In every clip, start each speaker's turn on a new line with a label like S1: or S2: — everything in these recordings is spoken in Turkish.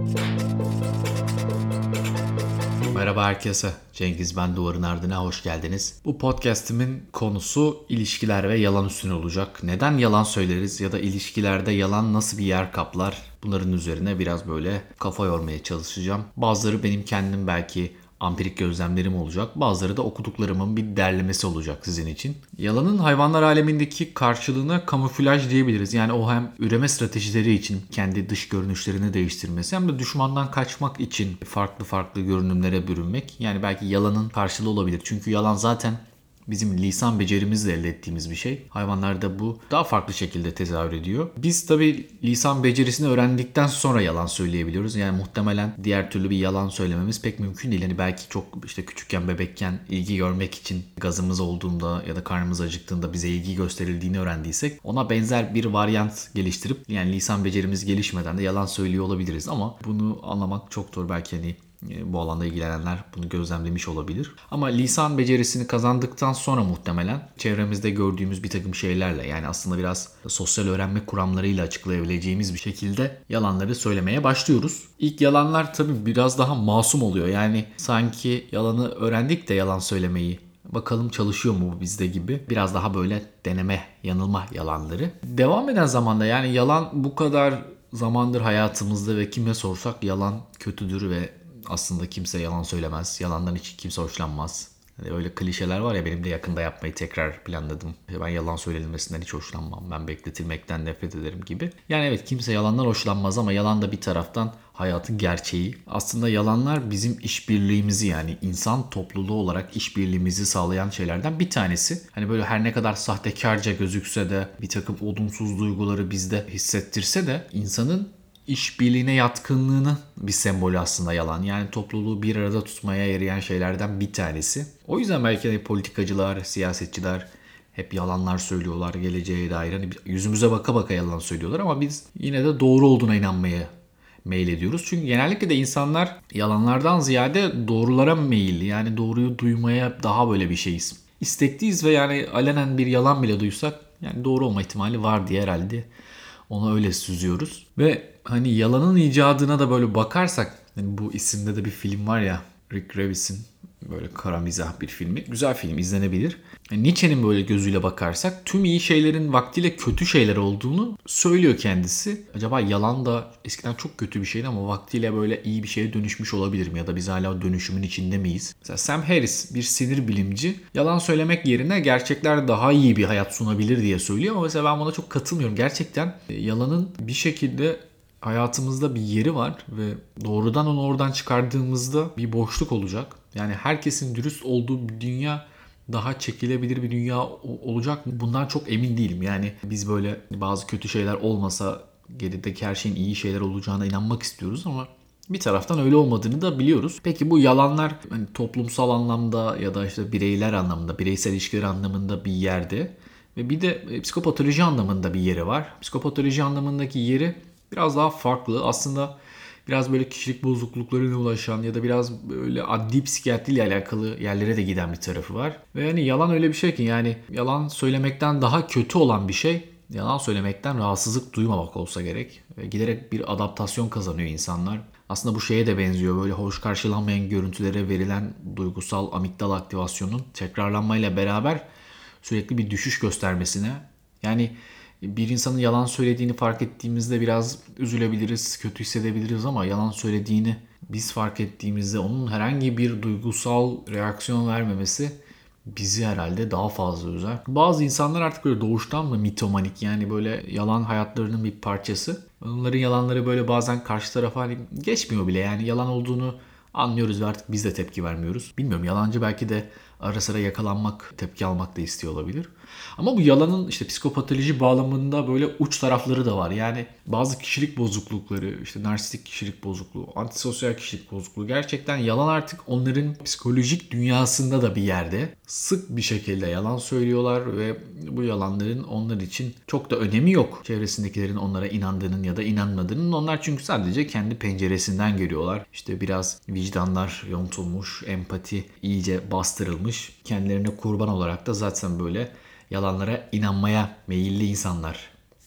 S1: Merhaba herkese. Cengiz ben Duvarın Ardına hoş geldiniz. Bu podcast'imin konusu ilişkiler ve yalan üstüne olacak. Neden yalan söyleriz ya da ilişkilerde yalan nasıl bir yer kaplar? Bunların üzerine biraz böyle kafa yormaya çalışacağım. Bazıları benim kendim belki ampirik gözlemlerim olacak. Bazıları da okuduklarımın bir derlemesi olacak sizin için. Yalanın hayvanlar alemindeki karşılığına kamuflaj diyebiliriz. Yani o hem üreme stratejileri için kendi dış görünüşlerini değiştirmesi hem de düşmandan kaçmak için farklı farklı görünümlere bürünmek. Yani belki yalanın karşılığı olabilir. Çünkü yalan zaten bizim lisan becerimizle elde ettiğimiz bir şey. Hayvanlarda bu daha farklı şekilde tezahür ediyor. Biz tabii lisan becerisini öğrendikten sonra yalan söyleyebiliyoruz. Yani muhtemelen diğer türlü bir yalan söylememiz pek mümkün değil. Yani belki çok küçükken, bebekken ilgi görmek için gazımız olduğunda ya da karnımız acıktığında bize ilgi gösterildiğini öğrendiysek ona benzer bir varyant geliştirip yani lisan becerimiz gelişmeden de yalan söylüyor olabiliriz. Ama bunu anlamak çok zor. Belki bu alanda ilgilenenler bunu gözlemlemiş olabilir. Ama lisan becerisini kazandıktan sonra muhtemelen çevremizde gördüğümüz bir takım şeylerle yani aslında biraz sosyal öğrenme kuramlarıyla açıklayabileceğimiz bir şekilde yalanları söylemeye başlıyoruz. İlk yalanlar tabii biraz daha masum oluyor. Yani sanki yalanı öğrendik de yalan söylemeyi. Bakalım çalışıyor mu bu bizde gibi. Biraz daha böyle deneme, yanılma yalanları. Devam eden zamanda yani yalan bu kadar zamandır hayatımızda ve kime sorsak yalan kötüdür ve aslında kimse yalan söylemez. Yalandan hiç kimse hoşlanmaz. Hani öyle klişeler var ya benim de yakında yapmayı tekrar planladım. Ben yalan söylenmesinden hiç hoşlanmam. Ben bekletilmekten nefret ederim gibi. Yani evet kimse yalandan hoşlanmaz ama yalan da bir taraftan hayatın gerçeği. Aslında yalanlar bizim işbirliğimizi yani insan topluluğu olarak işbirliğimizi sağlayan şeylerden bir tanesi. Hani böyle her ne kadar sahtekarca gözükse de bir takım olumsuz duyguları bizde hissettirse de insanın işbirliğine yatkınlığını bir sembolü aslında yalan. Yani topluluğu bir arada tutmaya yarayan şeylerden bir tanesi. O yüzden belki de politikacılar, siyasetçiler hep yalanlar söylüyorlar geleceğe dair. Hani yüzümüze baka baka yalan söylüyorlar ama biz yine de doğru olduğuna inanmaya meylediyoruz. Çünkü genellikle de insanlar yalanlardan ziyade doğrulara meyilli. Yani doğruyu duymaya daha böyle bir şeyiz. İstekliyiz ve yani alenen bir yalan bile duysak yani doğru olma ihtimali var diye herhalde onu öyle süzüyoruz. Ve hani yalanın icadına da böyle bakarsak yani bu isimde de bir film var ya Rick Gervais'in böyle kara mizah bir filmi. Güzel film izlenebilir. Yani Nietzsche'nin böyle gözüyle bakarsak tüm iyi şeylerin vaktiyle kötü şeyler olduğunu söylüyor kendisi. Acaba yalan da eskiden çok kötü bir şeydi ama vaktiyle böyle iyi bir şeye dönüşmüş olabilir mi? Ya da biz hala dönüşümün içinde miyiz? Mesela Sam Harris bir sinir bilimci yalan söylemek yerine gerçekler daha iyi bir hayat sunabilir diye söylüyor ama mesela ben buna çok katılmıyorum. Gerçekten yalanın bir şekilde hayatımızda bir yeri var ve doğrudan onu oradan çıkardığımızda bir boşluk olacak. Yani herkesin dürüst olduğu bir dünya daha çekilebilir bir dünya olacak mı? Bundan çok emin değilim. Yani biz böyle bazı kötü şeyler olmasa gerideki her şeyin iyi şeyler olacağına inanmak istiyoruz ama bir taraftan öyle olmadığını da biliyoruz. Peki bu yalanlar hani toplumsal anlamda ya da işte bireyler anlamında, bireysel ilişkiler anlamında bir yerde ve bir de psikopatoloji anlamında bir yeri var. Psikopatoloji anlamındaki yeri biraz daha farklı. Aslında biraz böyle kişilik bozukluklarına ulaşan ya da biraz böyle adli psikiyatriyle alakalı yerlere de giden bir tarafı var. Ve yani yalan öyle bir şey ki yani yalan söylemekten daha kötü olan bir şey yalan söylemekten rahatsızlık duymamak olsa gerek. Ve giderek bir adaptasyon kazanıyor insanlar. Aslında bu şeye de benziyor. Böyle hoş karşılanmayan görüntülere verilen duygusal amigdala aktivasyonun tekrarlanmayla beraber sürekli bir düşüş göstermesine. Yani bir insanın yalan söylediğini fark ettiğimizde biraz üzülebiliriz, kötü hissedebiliriz ama yalan söylediğini biz fark ettiğimizde onun herhangi bir duygusal reaksiyon vermemesi bizi herhalde daha fazla üzer. Bazı insanlar artık böyle doğuştan mı mitomanik yani böyle yalan hayatlarının bir parçası. Onların yalanları böyle bazen karşı tarafa hani geçmiyor bile yani yalan olduğunu anlıyoruz ve artık biz de tepki vermiyoruz. Bilmiyorum yalancı belki de ara sıra yakalanmak, tepki almak da istiyor olabilir. Ama bu yalanın işte psikopatoloji bağlamında böyle uç tarafları da var. Yani bazı kişilik bozuklukları, işte narsistik kişilik bozukluğu, antisosyal kişilik bozukluğu gerçekten yalan artık onların psikolojik dünyasında da bir yerde. Sık bir şekilde yalan söylüyorlar ve bu yalanların onlar için çok da önemi yok. Çevresindekilerin onlara inandığının ya da inanmadığının. Onlar çünkü sadece kendi penceresinden görüyorlar. İşte biraz vicdanlar yontulmuş, empati iyice bastırılmış. Kendilerine kurban olarak da zaten böyle yalanlara inanmaya meyilli insanlar.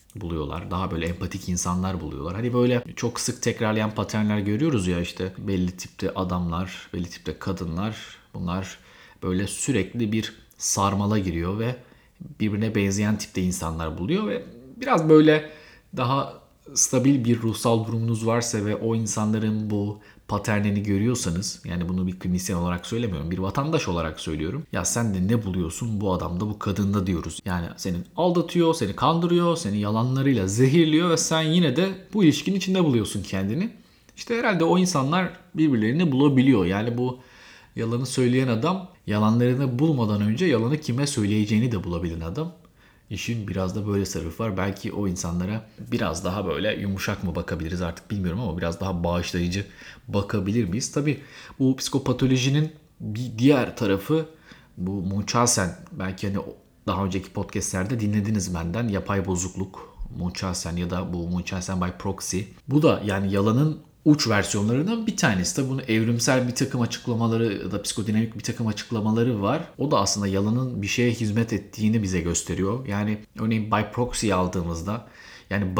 S1: buluyorlar. Daha böyle empatik insanlar buluyorlar. Hani böyle çok sık tekrarlayan paternler görüyoruz ya, işte belli tipte adamlar, belli tipte kadınlar. Bunlar böyle sürekli bir sarmala giriyor ve birbirine benzeyen tipte insanlar buluyor ve biraz böyle daha stabil bir ruhsal durumunuz varsa ve o insanların bu paternini görüyorsanız, yani bunu bir klinisyen olarak söylemiyorum, bir vatandaş olarak söylüyorum. Ya sen de ne buluyorsun bu adamda, bu kadında diyoruz. Yani seni aldatıyor, seni kandırıyor, seni yalanlarıyla zehirliyor ve sen yine de bu ilişkinin içinde buluyorsun kendini. İşte herhalde o insanlar birbirlerini bulabiliyor. Yani bu yalanı söyleyen adam yalanlarını bulmadan önce yalanı kime söyleyeceğini de bulabilen adam. İşin biraz da böyle tarafı var. Belki o insanlara biraz daha böyle yumuşak mı bakabiliriz artık bilmiyorum ama biraz daha bağışlayıcı bakabilir miyiz? Tabii bu psikopatolojinin bir diğer tarafı bu Munchausen. Belki hani daha önceki podcastlerde dinlediniz benden. Yapay bozukluk, Munchausen ya da bu Munchausen by proxy. Bu da yani yalanın uç versiyonlarından bir tanesi. Tabii bunun evrimsel bir takım açıklamaları ya da psikodinamik bir takım açıklamaları var. O da aslında yalanın bir şeye hizmet ettiğini bize gösteriyor. Yani örneğin by proxy aldığımızda, yani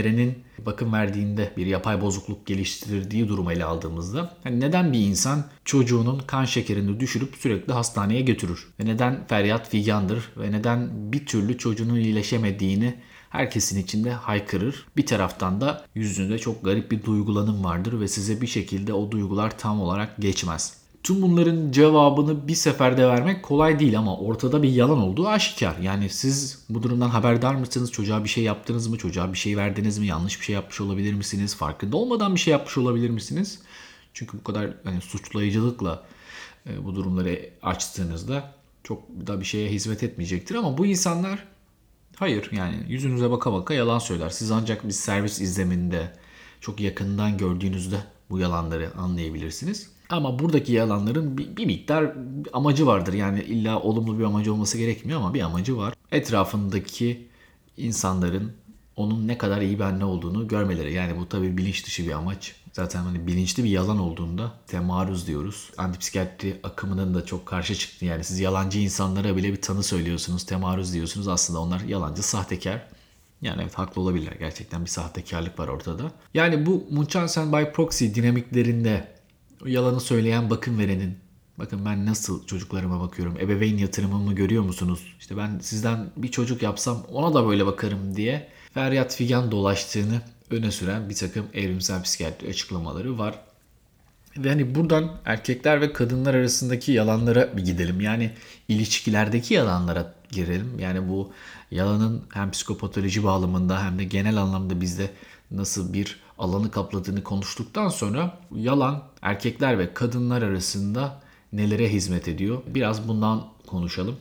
S1: bakım verdiğinde bir yapay bozukluk geliştirdiği durumu ele aldığımızda, yani neden bir insan çocuğunun kan şekerini düşürüp sürekli hastaneye götürür? Ve neden feryat figandır? Ve neden bir türlü çocuğunun iyileşemediğini herkesin içinde haykırır. Bir taraftan da yüzünde çok garip bir duygulanım vardır ve size bir şekilde o duygular tam olarak geçmez. Tüm bunların cevabını bir seferde vermek kolay değil ama ortada bir yalan olduğu aşikar. Yani siz bu durumdan haberdar mısınız? Çocuğa bir şey yaptınız mı? Çocuğa bir şey verdiniz mi? Yanlış bir şey yapmış olabilir misiniz? Farkında olmadan bir şey yapmış olabilir misiniz? Çünkü bu kadar suçlayıcılıkla bu durumları açtığınızda çok da bir şeye hizmet etmeyecektir. Ama bu insanlar hayır, yani yüzünüze baka baka yalan söyler. Siz ancak bir servis izleminde çok yakından gördüğünüzde bu yalanları anlayabilirsiniz. Ama buradaki yalanların bir miktar amacı vardır. Yani illa olumlu bir amacı olması gerekmiyor ama bir amacı var. Etrafındaki insanların onun ne kadar iyi bir anne olduğunu görmeleri. Yani bu tabii bilinç dışı bir amaç. Zaten hani bilinçli bir yalan olduğunda temaruz diyoruz. Antipsikiyatri akımının da çok karşı çıktı. Yani siz yalancı insanlara bile bir tanı söylüyorsunuz, temaruz diyorsunuz. Aslında onlar yalancı, sahtekar. Yani evet, haklı olabilirler. Gerçekten bir sahtekarlık var ortada. Yani bu Munchausen by proxy dinamiklerinde o yalanı söyleyen bakım verenin, bakın ben nasıl çocuklarıma bakıyorum, ebeveyn yatırımımı görüyor musunuz? İşte ben sizden bir çocuk yapsam ona da böyle bakarım diye feryat figan dolaştığını öne süren bir takım evrimsel psikiyatri açıklamaları var. Ve hani buradan erkekler ve kadınlar arasındaki yalanlara bir gidelim. Yani ilişkilerdeki yalanlara girelim. Yani bu yalanın hem psikopatoloji bağlamında hem de genel anlamda bizde nasıl bir alanı kapladığını konuştuktan sonra yalan erkekler ve kadınlar arasında nelere hizmet ediyor? Biraz bundan konuşalım.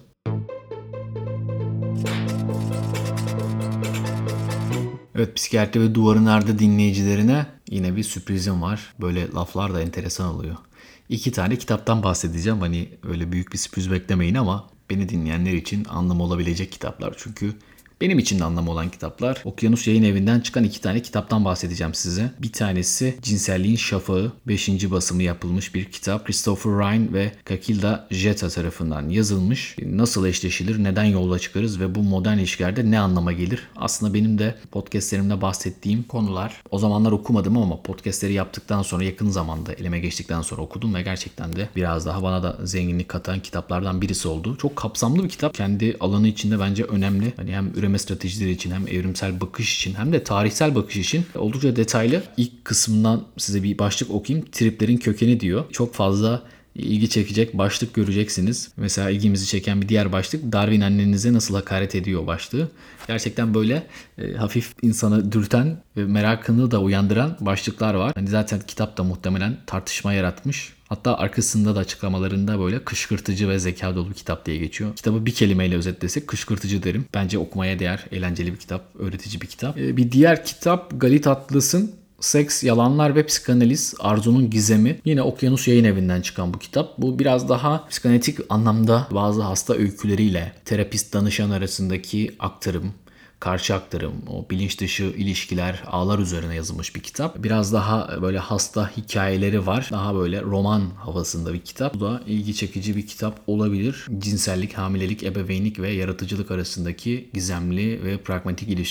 S1: Evet, Psikiyatri ve Duvarın Ardı dinleyicilerine yine bir sürprizim var. Böyle laflar da enteresan oluyor. 2 tane kitaptan bahsedeceğim. Hani öyle büyük bir sürpriz beklemeyin ama beni dinleyenler için anlamı olabilecek kitaplar. Çünkü benim için de anlamı olan kitaplar. Okyanus Yayın Evi'nden çıkan 2 tane kitaptan bahsedeceğim size. Bir tanesi Cinselliğin Şafağı, 5. basımı yapılmış bir kitap. Christopher Ryan ve Kakilda Jeta tarafından yazılmış. Nasıl eşleşilir, neden yola çıkarız ve bu modern ilişkilerde ne anlama gelir? Aslında benim de podcastlerimde bahsettiğim konular. O zamanlar okumadım ama podcastleri yaptıktan sonra, yakın zamanda elime geçtikten sonra okudum ve gerçekten de biraz daha bana da zenginlik katan kitaplardan birisi oldu. Çok kapsamlı bir kitap. Kendi alanı içinde bence önemli. Hani hem üreme stratejileri için hem evrimsel bakış için hem de tarihsel bakış için oldukça detaylı. İlk kısmından size bir başlık okuyayım. Triplerin kökeni diyor. Çok fazla ilgi çekecek başlık göreceksiniz. Mesela ilgimizi çeken bir diğer başlık, Darwin annenize nasıl hakaret ediyor başlığı. Gerçekten böyle hafif insanı dürten ve merakını da uyandıran başlıklar var. Hani zaten kitap da muhtemelen tartışma yaratmış. Hatta arkasında da açıklamalarında böyle kışkırtıcı ve zeka dolu bir kitap diye geçiyor. Kitabı bir kelimeyle özetlesek kışkırtıcı derim. Bence okumaya değer, eğlenceli bir kitap, öğretici bir kitap. Bir diğer kitap Galit Atlas'ın Seks, Yalanlar ve Psikanaliz, Arzunun Gizemi. Yine Okyanus Yayın Evi'nden çıkan bu kitap. Bu biraz daha psikanalitik anlamda bazı hasta öyküleriyle terapist danışan arasındaki aktarım, karşı aktarım, o bilinç dışı ilişkiler, ağlar üzerine yazılmış bir kitap. Biraz daha böyle hasta hikayeleri var. Daha böyle roman havasında bir kitap. Bu da ilgi çekici bir kitap olabilir. Cinsellik, hamilelik, ebeveynlik ve yaratıcılık arasındaki gizemli ve pragmatik ilişki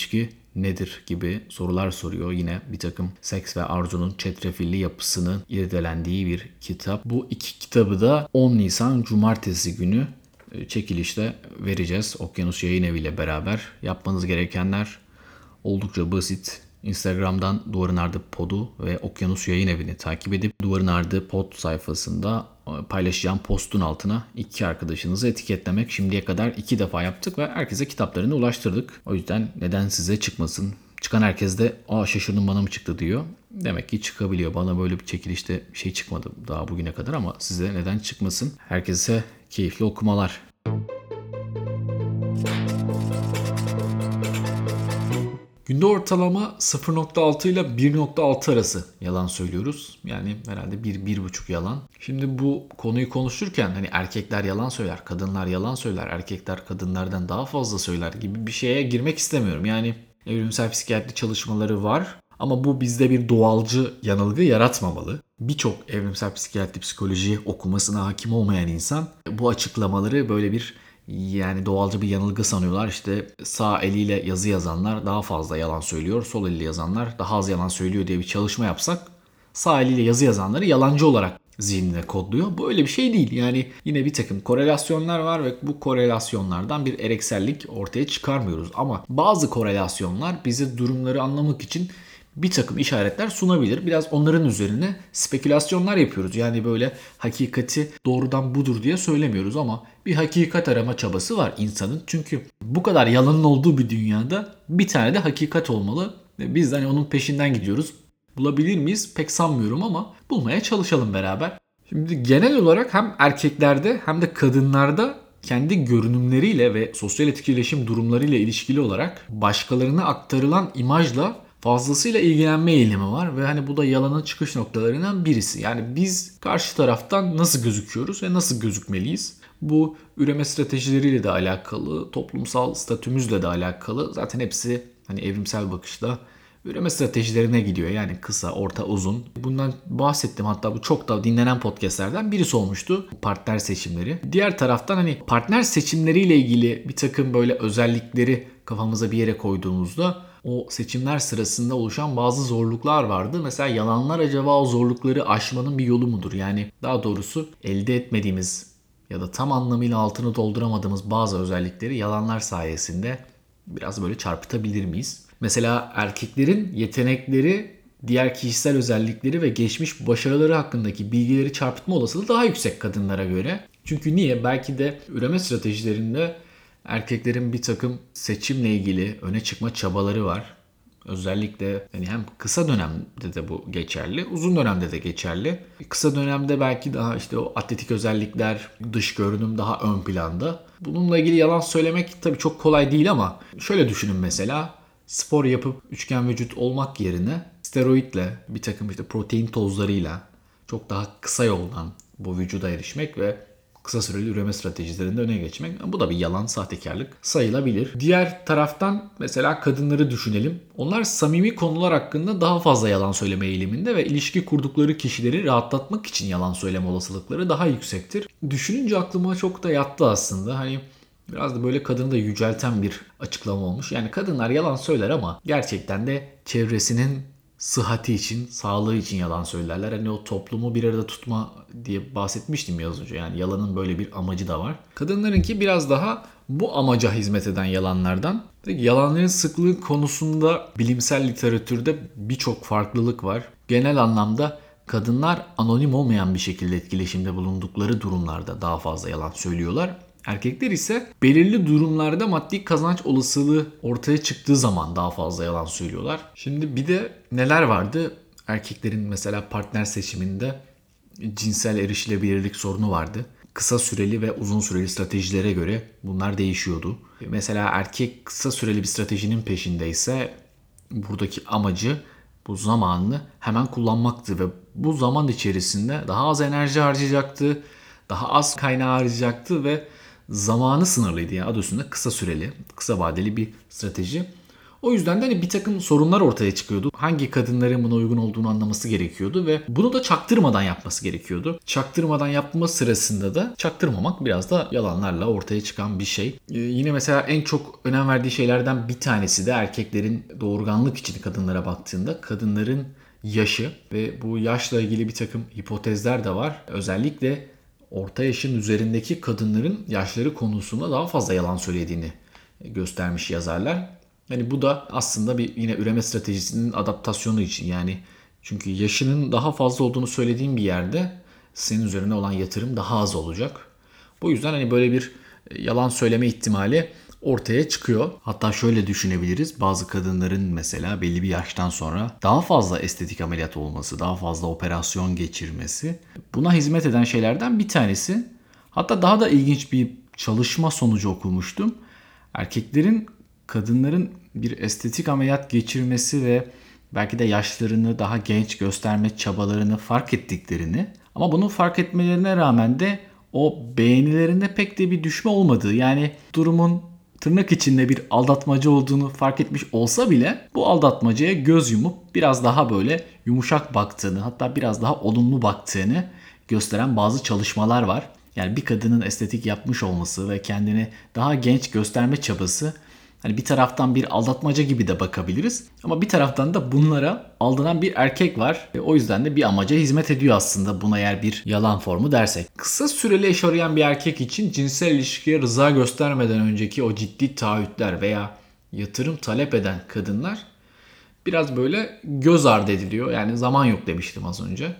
S1: nedir gibi sorular soruyor. Yine bir takım seks ve arzunun çetrefilli yapısının irdelendiği bir kitap. Bu iki kitabı da 10 Nisan Cumartesi günü çekilişte vereceğiz. Okyanus Yayın Evi ile beraber. Yapmanız gerekenler oldukça basit. Instagram'dan Duvarın Ardı Pod'u ve Okyanus Yayın Evi'ni takip edip Duvarın Ardı Pod sayfasında paylaşacağım postun altına 2 arkadaşınızı etiketlemek. Şimdiye kadar 2 defa yaptık ve herkese kitaplarını ulaştırdık. O yüzden neden size çıkmasın? Çıkan herkes de şaşırdım bana mı çıktı diyor. Demek ki çıkabiliyor. Bana böyle bir çekilişte şey çıkmadı daha bugüne kadar ama size neden çıkmasın? Herkese keyifli okumalar. Günde ortalama 0.6 ile 1.6 arası yalan söylüyoruz. Yani herhalde 1-1.5 yalan. Şimdi bu konuyu konuşurken hani erkekler yalan söyler, kadınlar yalan söyler, erkekler kadınlardan daha fazla söyler gibi bir şeye girmek istemiyorum. Yani evrimsel psikiyatri çalışmaları var ama bu bizde bir doğalcı yanılgı yaratmamalı. Birçok evrimsel psikiyatri psikoloji okumasına hakim olmayan insan bu açıklamaları böyle bir doğalca bir yanılgı sanıyorlar. İşte sağ eliyle yazı yazanlar daha fazla yalan söylüyor, sol eliyle yazanlar daha az yalan söylüyor diye bir çalışma yapsak sağ eliyle yazı yazanları yalancı olarak zihnine kodluyor. Bu öyle bir şey değil. Yani yine bir takım korelasyonlar var ve bu korelasyonlardan bir ereksellik ortaya çıkarmıyoruz. Ama bazı korelasyonlar bize durumları anlamak için bir takım işaretler sunabilir. Biraz onların üzerine spekülasyonlar yapıyoruz. Yani böyle hakikati doğrudan budur diye söylemiyoruz ama bir hakikat arama çabası var insanın. Çünkü bu kadar yalanın olduğu bir dünyada bir tane de hakikat olmalı. Biz de hani onun peşinden gidiyoruz. Bulabilir miyiz? Pek sanmıyorum ama bulmaya çalışalım beraber. Şimdi genel olarak hem erkeklerde hem de kadınlarda kendi görünümleriyle ve sosyal etkileşim durumlarıyla ilişkili olarak başkalarına aktarılan imajla fazlasıyla ilgilenme eğilimi var ve hani bu da yalanın çıkış noktalarından birisi. Yani biz karşı taraftan nasıl gözüküyoruz ve nasıl gözükmeliyiz? Bu üreme stratejileriyle de alakalı, toplumsal statümüzle de alakalı. Zaten hepsi hani evrimsel bakışla üreme stratejilerine gidiyor. Yani kısa, orta, uzun. Bundan bahsettim, hatta bu çok da dinlenen podcastlerden birisi olmuştu. Partner seçimleri. Diğer taraftan hani partner seçimleriyle ilgili bir takım böyle özellikleri kafamıza bir yere koyduğumuzda o seçimler sırasında oluşan bazı zorluklar vardı. Mesela yalanlar acaba o zorlukları aşmanın bir yolu mudur? Yani daha doğrusu elde etmediğimiz ya da tam anlamıyla altını dolduramadığımız bazı özellikleri yalanlar sayesinde biraz böyle çarpıtabilir miyiz? Mesela erkeklerin yetenekleri, diğer kişisel özellikleri ve geçmiş başarıları hakkındaki bilgileri çarpıtma olasılığı daha yüksek kadınlara göre. Çünkü niye? Belki de üreme stratejilerinde erkeklerin bir takım seçimle ilgili öne çıkma çabaları var. Özellikle hani hem kısa dönemde de bu geçerli, uzun dönemde de geçerli. Kısa dönemde belki daha işte o atletik özellikler, dış görünüm daha ön planda. Bununla ilgili yalan söylemek tabii çok kolay değil ama şöyle düşünün mesela. Spor yapıp üçgen vücut olmak yerine steroidle, bir takım işte protein tozlarıyla çok daha kısa yoldan bu vücuda erişmek ve kısa süreli üreme stratejilerinde öne geçmek. Bu da bir yalan, sahtekarlık sayılabilir. Diğer taraftan mesela kadınları düşünelim. Onlar samimi konular hakkında daha fazla yalan söyleme eğiliminde ve ilişki kurdukları kişileri rahatlatmak için yalan söyleme olasılıkları daha yüksektir. Düşününce aklıma çok da yattı aslında. Hani biraz da böyle kadını da yücelten bir açıklama olmuş. Yani kadınlar yalan söyler ama gerçekten de çevresinin sıhhati için, sağlığı için yalan söylerler. Hani o toplumu bir arada tutma diye bahsetmiştim ya az önce. Yani yalanın böyle bir amacı da var. Kadınlarınki biraz daha bu amaca hizmet eden yalanlardan. Yalanların sıklığı konusunda bilimsel literatürde birçok farklılık var. Genel anlamda kadınlar anonim olmayan bir şekilde etkileşimde bulundukları durumlarda daha fazla yalan söylüyorlar. Erkekler ise belirli durumlarda maddi kazanç olasılığı ortaya çıktığı zaman daha fazla yalan söylüyorlar. Şimdi bir de neler vardı? Erkeklerin mesela partner seçiminde cinsel erişilebilirlik sorunu vardı. Kısa süreli ve uzun süreli stratejilere göre bunlar değişiyordu. Mesela erkek kısa süreli bir stratejinin peşindeyse buradaki amacı bu zamanını hemen kullanmaktı ve bu zaman içerisinde daha az enerji harcayacaktı, daha az kaynağı harcayacaktı ve zamanı sınırlıydı. Yani adı üstünde kısa süreli, kısa vadeli bir strateji. O yüzden de hani bir takım sorunlar ortaya çıkıyordu. Hangi kadınların buna uygun olduğunu anlaması gerekiyordu ve bunu da çaktırmadan yapması gerekiyordu. Çaktırmadan yapma sırasında da çaktırmamak biraz da yalanlarla ortaya çıkan bir şey. Yine mesela en çok önem verdiği şeylerden bir tanesi de erkeklerin doğurganlık için kadınlara baktığında kadınların yaşı ve bu yaşla ilgili bir takım hipotezler de var. Özellikle orta yaşın üzerindeki kadınların yaşları konusunda daha fazla yalan söylediğini göstermiş yazarlar. Yani bu da aslında bir yine üreme stratejisinin adaptasyonu için, yani çünkü yaşının daha fazla olduğunu söylediğin bir yerde senin üzerine olan yatırım daha az olacak. Bu yüzden hani böyle bir yalan söyleme ihtimali ortaya çıkıyor. Hatta şöyle düşünebiliriz. Bazı kadınların mesela belli bir yaştan sonra daha fazla estetik ameliyat olması, daha fazla operasyon geçirmesi buna hizmet eden şeylerden bir tanesi. Hatta daha da ilginç bir çalışma sonucu okumuştum. Erkeklerin kadınların bir estetik ameliyat geçirmesi ve belki de yaşlarını daha genç gösterme çabalarını fark ettiklerini, ama bunu fark etmelerine rağmen de o beğenilerinde pek de bir düşme olmadığı, yani durumun tırnak içinde bir aldatmaca olduğunu fark etmiş olsa bile bu aldatmacaya göz yumup biraz daha böyle yumuşak baktığını, hatta biraz daha olumlu baktığını gösteren bazı çalışmalar var. Yani bir kadının estetik yapmış olması ve kendini daha genç gösterme çabası, hani bir taraftan bir aldatmaca gibi de bakabiliriz. Ama bir taraftan da bunlara aldanan bir erkek var. O yüzden de bir amaca hizmet ediyor aslında, buna eğer bir yalan formu dersek. Kısa süreli eş arayan bir erkek için cinsel ilişkiye rıza göstermeden önceki o ciddi taahhütler veya yatırım talep eden kadınlar biraz böyle göz ardı ediliyor. Yani zaman yok demiştim az önce.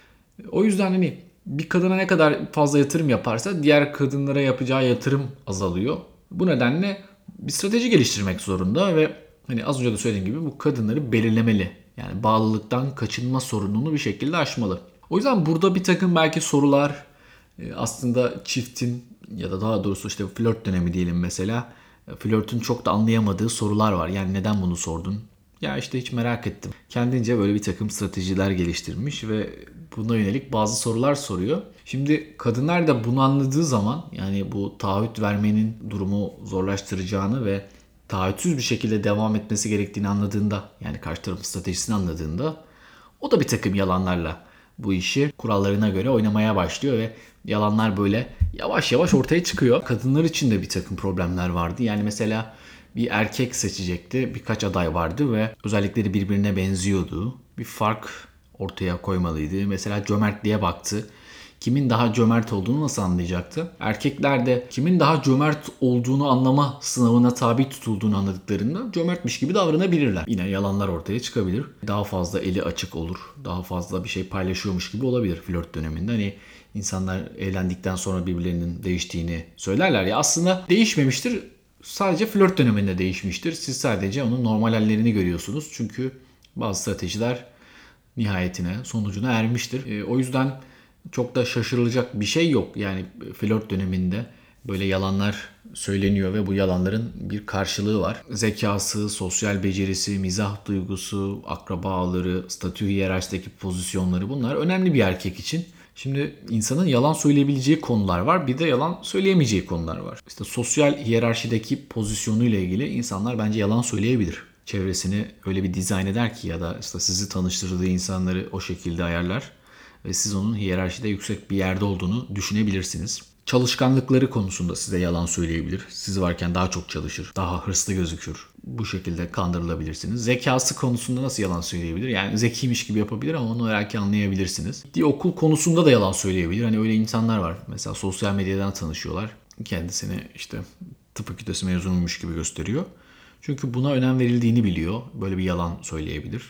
S1: O yüzden hani bir kadına ne kadar fazla yatırım yaparsa diğer kadınlara yapacağı yatırım azalıyor. Bu nedenle bir strateji geliştirmek zorunda ve hani az önce de söylediğim gibi bu kadınları belirlemeli. Yani bağlılıktan kaçınma sorununu bir şekilde aşmalı. O yüzden burada bir takım belki sorular, aslında çiftin ya da daha doğrusu işte flört dönemi diyelim mesela, flörtün çok da anlayamadığı sorular var. Yani neden bunu sordun? Ya işte hiç merak ettim. Kendince böyle bir takım stratejiler geliştirmiş ve buna yönelik bazı sorular soruyor. Şimdi kadınlar da bunu anladığı zaman, yani bu taahhüt vermenin durumu zorlaştıracağını ve taahhütsüz bir şekilde devam etmesi gerektiğini anladığında, yani karşı tarafın stratejisini anladığında, o da bir takım yalanlarla bu işi kurallarına göre oynamaya başlıyor ve yalanlar böyle yavaş yavaş ortaya çıkıyor. Kadınlar için de bir takım problemler vardı. Yani mesela bir erkek seçecekti. Birkaç aday vardı ve özellikleri birbirine benziyordu. Bir fark ortaya koymalıydı. Mesela cömertliğe baktı. Kimin daha cömert olduğunu nasıl anlayacaktı? Erkekler de kimin daha cömert olduğunu anlama sınavına tabi tutulduğunu anladıklarında cömertmiş gibi davranabilirler. Yine yalanlar ortaya çıkabilir. Daha fazla eli açık olur. Daha fazla bir şey paylaşıyormuş gibi olabilir flört döneminde. Hani insanlar evlendikten sonra birbirlerinin değiştiğini söylerler ya, aslında değişmemiştir. Sadece flört döneminde değişmiştir. Siz sadece onun normal hallerini görüyorsunuz. Çünkü bazı stratejiler nihayetine, sonucuna ermiştir. O yüzden çok da şaşırılacak bir şey yok. Yani flört döneminde böyle yalanlar söyleniyor ve bu yalanların bir karşılığı var. Zekası, sosyal becerisi, mizah duygusu, akraba ağları, statü hiyerarşideki pozisyonları, bunlar önemli bir erkek için. Şimdi insanın yalan söyleyebileceği konular var, bir de yalan söyleyemeyeceği konular var. İşte sosyal hiyerarşideki pozisyonuyla ilgili insanlar bence yalan söyleyebilir. Çevresini öyle bir dizayn eder ki ya da işte sizi tanıştırdığı insanları o şekilde ayarlar ve siz onun hiyerarşide yüksek bir yerde olduğunu düşünebilirsiniz. Çalışkanlıkları konusunda size yalan söyleyebilir. Siz varken daha çok çalışır, daha hırslı gözükür. Bu şekilde kandırılabilirsiniz. Zekası konusunda nasıl yalan söyleyebilir? Yani zekiymiş gibi yapabilir ama onu belki anlayabilirsiniz. Gittiği okul konusunda da yalan söyleyebilir. Hani öyle insanlar var. Mesela sosyal medyadan tanışıyorlar. Kendisini işte tıp fakültesi mezunuymuş gibi gösteriyor. Çünkü buna önem verildiğini biliyor. Böyle bir yalan söyleyebilir.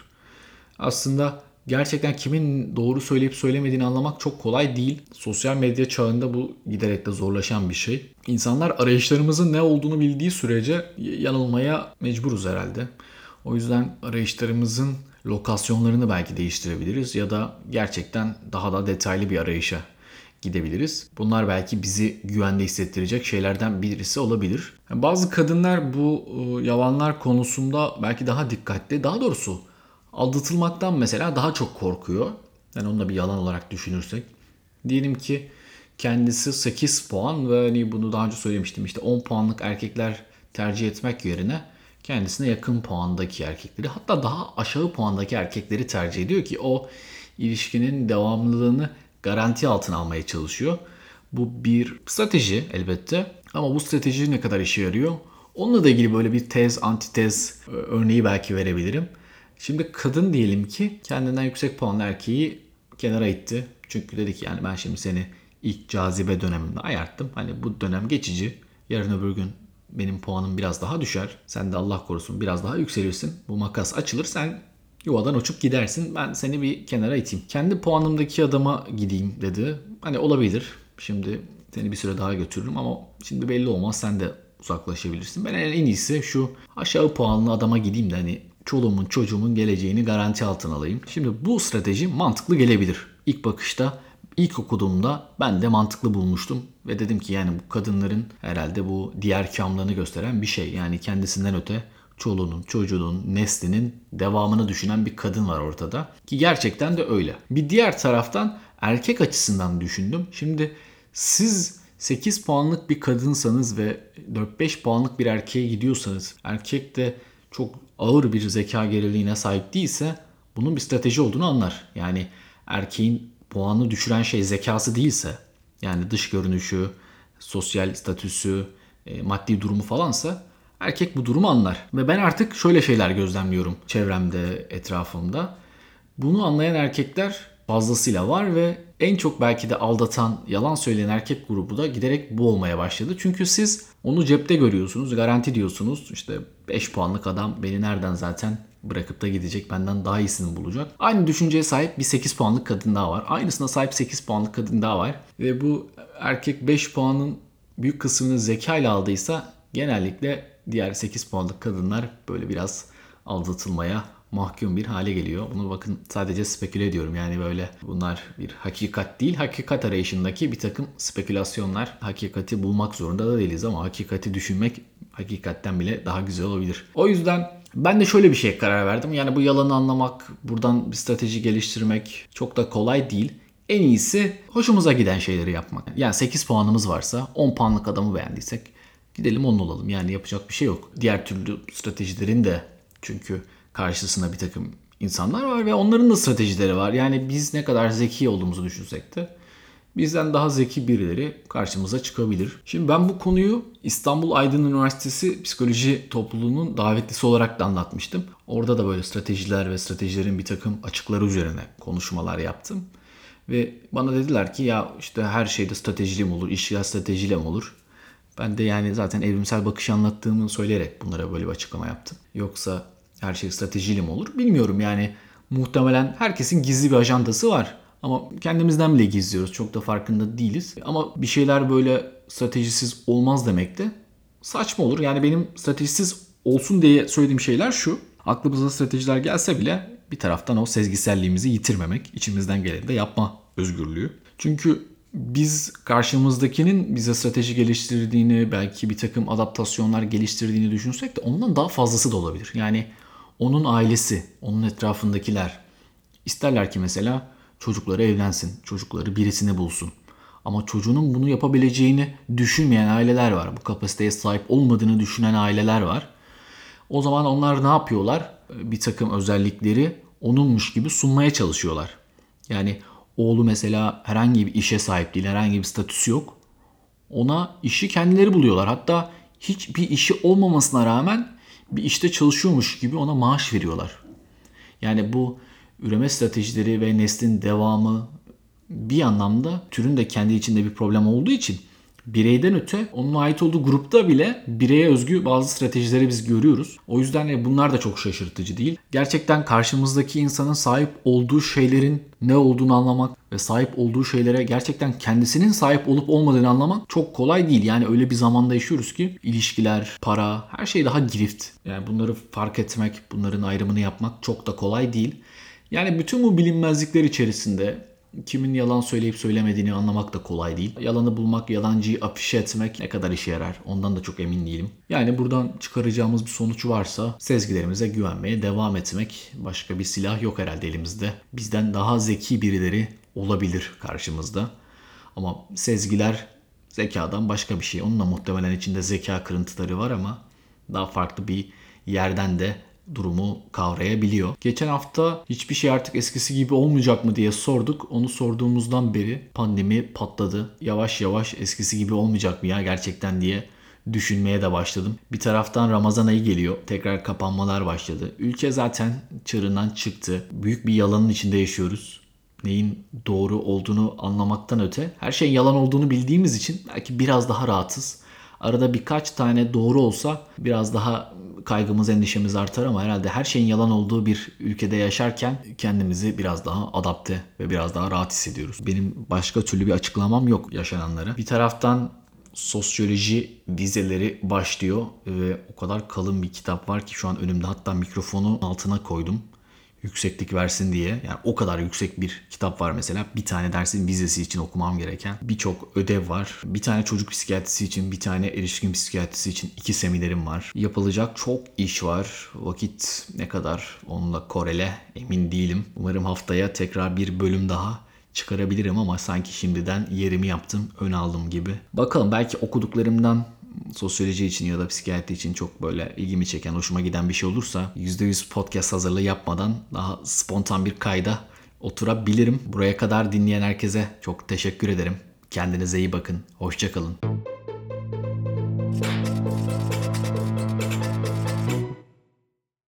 S1: Aslında gerçekten kimin doğru söyleyip söylemediğini anlamak çok kolay değil. Sosyal medya çağında bu giderek de zorlaşan bir şey. İnsanlar arayışlarımızın ne olduğunu bildiği sürece yanılmaya mecburuz herhalde. O yüzden arayışlarımızın lokasyonlarını belki değiştirebiliriz ya da gerçekten daha da detaylı bir arayışa gidebiliriz. Bunlar belki bizi güvende hissettirecek şeylerden birisi olabilir. Bazı kadınlar bu yalanlar konusunda belki daha dikkatli, daha doğrusu aldatılmaktan mesela daha çok korkuyor. Yani onu da bir yalan olarak düşünürsek. Diyelim ki kendisi 8 puan ve hani bunu daha önce söylemiştim, işte 10 puanlık erkekler tercih etmek yerine kendisine yakın puandaki erkekleri, hatta daha aşağı puandaki erkekleri tercih ediyor ki o ilişkinin devamlılığını garanti altına almaya çalışıyor. Bu bir strateji elbette, ama bu strateji ne kadar işe yarıyor? Onunla da ilgili böyle bir tez, antitez örneği belki verebilirim. Şimdi kadın diyelim ki kendinden yüksek puanlı erkeği kenara itti. Çünkü dedi ki yani ben şimdi seni ilk cazibe dönemimde ayarttım. Hani bu dönem geçici. Yarın öbür gün benim puanım biraz daha düşer. Sen de Allah korusun biraz daha yükselirsin. Bu makas açılır, sen yuvadan uçup gidersin. Ben seni bir kenara iteyim. Kendi puanımdaki adama gideyim dedi. Hani olabilir. Şimdi seni bir süre daha götürürüm ama şimdi belli olmaz, sen de uzaklaşabilirsin. Ben en iyisi şu aşağı puanlı adama gideyim de hani çoluğumun çocuğumun geleceğini garanti altına alayım. Şimdi bu strateji mantıklı gelebilir. İlk bakışta, ilk okuduğumda ben de mantıklı bulmuştum. Ve dedim ki yani bu kadınların herhalde bu diğer kamlığını gösteren bir şey. Yani kendisinden öte çoluğunun, çocuğunun, neslinin devamını düşünen bir kadın var ortada. Ki gerçekten de öyle. Bir diğer taraftan erkek açısından düşündüm. Şimdi siz 8 puanlık bir kadınsanız ve 4-5 puanlık bir erkeğe gidiyorsanız, erkek de çok ağır bir zeka geriliğine sahip değilse bunun bir strateji olduğunu anlar. Yani erkeğin puanını düşüren şey zekası değilse, yani dış görünüşü, sosyal statüsü, maddi durumu falansa erkek bu durumu anlar. Ve ben artık şöyle şeyler gözlemliyorum çevremde, etrafımda. Bunu anlayan erkekler fazlasıyla var ve en çok belki de aldatan, yalan söyleyen erkek grubu da giderek bu olmaya başladı. Çünkü siz onu cepte görüyorsunuz, garanti diyorsunuz. İşte 5 puanlık adam beni nereden zaten bırakıp da gidecek, benden daha iyisini bulacak. Aynı düşünceye sahip bir 8 puanlık kadın daha var. Aynısına sahip 8 puanlık kadın daha var. Ve bu erkek 5 puanın büyük kısmını zeka ile aldıysa genellikle diğer 8 puanlık kadınlar böyle biraz aldatılmaya mahkum bir hale geliyor. Bunu bakın sadece speküle ediyorum. Yani böyle bunlar bir hakikat değil. Hakikat arayışındaki bir takım spekülasyonlar. Hakikati bulmak zorunda da değiliz ama hakikati düşünmek hakikatten bile daha güzel olabilir. O yüzden ben de şöyle bir şeye karar verdim. Yani bu yalanı anlamak, buradan bir strateji geliştirmek çok da kolay değil. En iyisi hoşumuza giden şeyleri yapmak. Yani 8 puanımız varsa 10 puanlık adamı beğendiysek gidelim onun olalım. Yani yapacak bir şey yok. Diğer türlü stratejilerin de, çünkü karşısında bir takım insanlar var ve onların da stratejileri var. Yani biz ne kadar zeki olduğumuzu düşünsek de bizden daha zeki birileri karşımıza çıkabilir. Şimdi ben bu konuyu İstanbul Aydın Üniversitesi Psikoloji Topluluğu'nun davetlisi olarak da anlatmıştım. Orada da böyle stratejiler ve stratejilerin bir takım açıkları üzerine konuşmalar yaptım. Ve bana dediler ki ya işte her şeyde stratejiyle mi olur, ilişkiler stratejiyle mi olur? Ben de yani zaten evrimsel bakışı anlattığımı söyleyerek bunlara böyle bir açıklama yaptım. Yoksa her şey stratejiyle mi olur bilmiyorum. Yani muhtemelen herkesin gizli bir ajandası var. Ama kendimizden bile gizliyoruz. Çok da farkında değiliz. Ama bir şeyler böyle stratejisiz olmaz demek de saçma olur. Yani benim stratejisiz olsun diye söylediğim şeyler şu: aklımıza stratejiler gelse bile bir taraftan o sezgiselliğimizi yitirmemek, içimizden geleni de yapma özgürlüğü. Çünkü biz karşımızdakinin bize strateji geliştirdiğini, belki bir takım adaptasyonlar geliştirdiğini düşünsek de ondan daha fazlası da olabilir. Yani onun ailesi, onun etrafındakiler isterler ki mesela çocukları evlensin, çocukları birisini bulsun. Ama çocuğunun bunu yapabileceğini düşünmeyen aileler var. Bu kapasiteye sahip olmadığını düşünen aileler var. O zaman onlar ne yapıyorlar? Bir takım özellikleri onunmuş gibi sunmaya çalışıyorlar. Yani oğlu mesela herhangi bir işe sahip değil, herhangi bir statüsü yok. Ona işi kendileri buluyorlar. Hatta hiçbir işi olmamasına rağmen bir işte çalışıyormuş gibi ona maaş veriyorlar. Yani bu üreme stratejileri ve neslin devamı bir anlamda türün de kendi içinde bir problem olduğu için bireyden öte onun ait olduğu grupta bile bireye özgü bazı stratejileri biz görüyoruz. O yüzden bunlar da çok şaşırtıcı değil. Gerçekten karşımızdaki insanın sahip olduğu şeylerin ne olduğunu anlamak ve sahip olduğu şeylere gerçekten kendisinin sahip olup olmadığını anlamak çok kolay değil. Yani öyle bir zamanda yaşıyoruz ki ilişkiler, para, her şey daha girift. Yani bunları fark etmek, bunların ayrımını yapmak çok da kolay değil. Yani bütün bu bilinmezlikler içerisinde kimin yalan söyleyip söylemediğini anlamak da kolay değil. Yalanı bulmak, yalancıyı afişe etmek ne kadar işe yarar ondan da çok emin değilim. Yani buradan çıkaracağımız bir sonuç varsa sezgilerimize güvenmeye devam etmek. Başka bir silah yok herhalde elimizde. Bizden daha zeki birileri olabilir karşımızda. Ama sezgiler zekadan başka bir şey. Onun da muhtemelen içinde zeka kırıntıları var ama daha farklı bir yerden de durumu kavrayabiliyor. Geçen hafta hiçbir şey artık eskisi gibi olmayacak mı diye sorduk. Onu sorduğumuzdan beri pandemi patladı. Yavaş yavaş eskisi gibi olmayacak mı ya gerçekten diye düşünmeye de başladım. Bir taraftan Ramazan ayı geliyor. Tekrar kapanmalar başladı. Ülke zaten çığırından çıktı. Büyük bir yalanın içinde yaşıyoruz. Neyin doğru olduğunu anlamaktan öte her şeyin yalan olduğunu bildiğimiz için belki biraz daha rahatız. Arada birkaç tane doğru olsa biraz daha kaygımız, endişemiz artar ama herhalde her şeyin yalan olduğu bir ülkede yaşarken kendimizi biraz daha adapte ve biraz daha rahat hissediyoruz. Benim başka türlü bir açıklamam yok yaşananlara. Bir taraftan sosyoloji vizeleri başlıyor ve o kadar kalın bir kitap var ki şu an önümde, hatta mikrofonu altına koydum yükseklik versin diye. Yani o kadar yüksek bir kitap var mesela. Bir tane dersin vizesi için okumam gereken birçok ödev var. Bir tane çocuk psikiyatrisi için, bir tane erişkin psikiyatrisi için 2 seminerim var. Yapılacak çok iş var. Vakit ne kadar onunla korele emin değilim. Umarım haftaya tekrar bir bölüm daha çıkarabilirim ama sanki şimdiden yerimi yaptım, ön aldım gibi. Bakalım, belki okuduklarımdan sosyoloji için ya da psikiyatri için çok böyle ilgimi çeken, hoşuma giden bir şey olursa %100 podcast hazırlığı yapmadan daha spontan bir kayda oturabilirim. Buraya kadar dinleyen herkese çok teşekkür ederim. Kendinize iyi bakın. Hoşça kalın.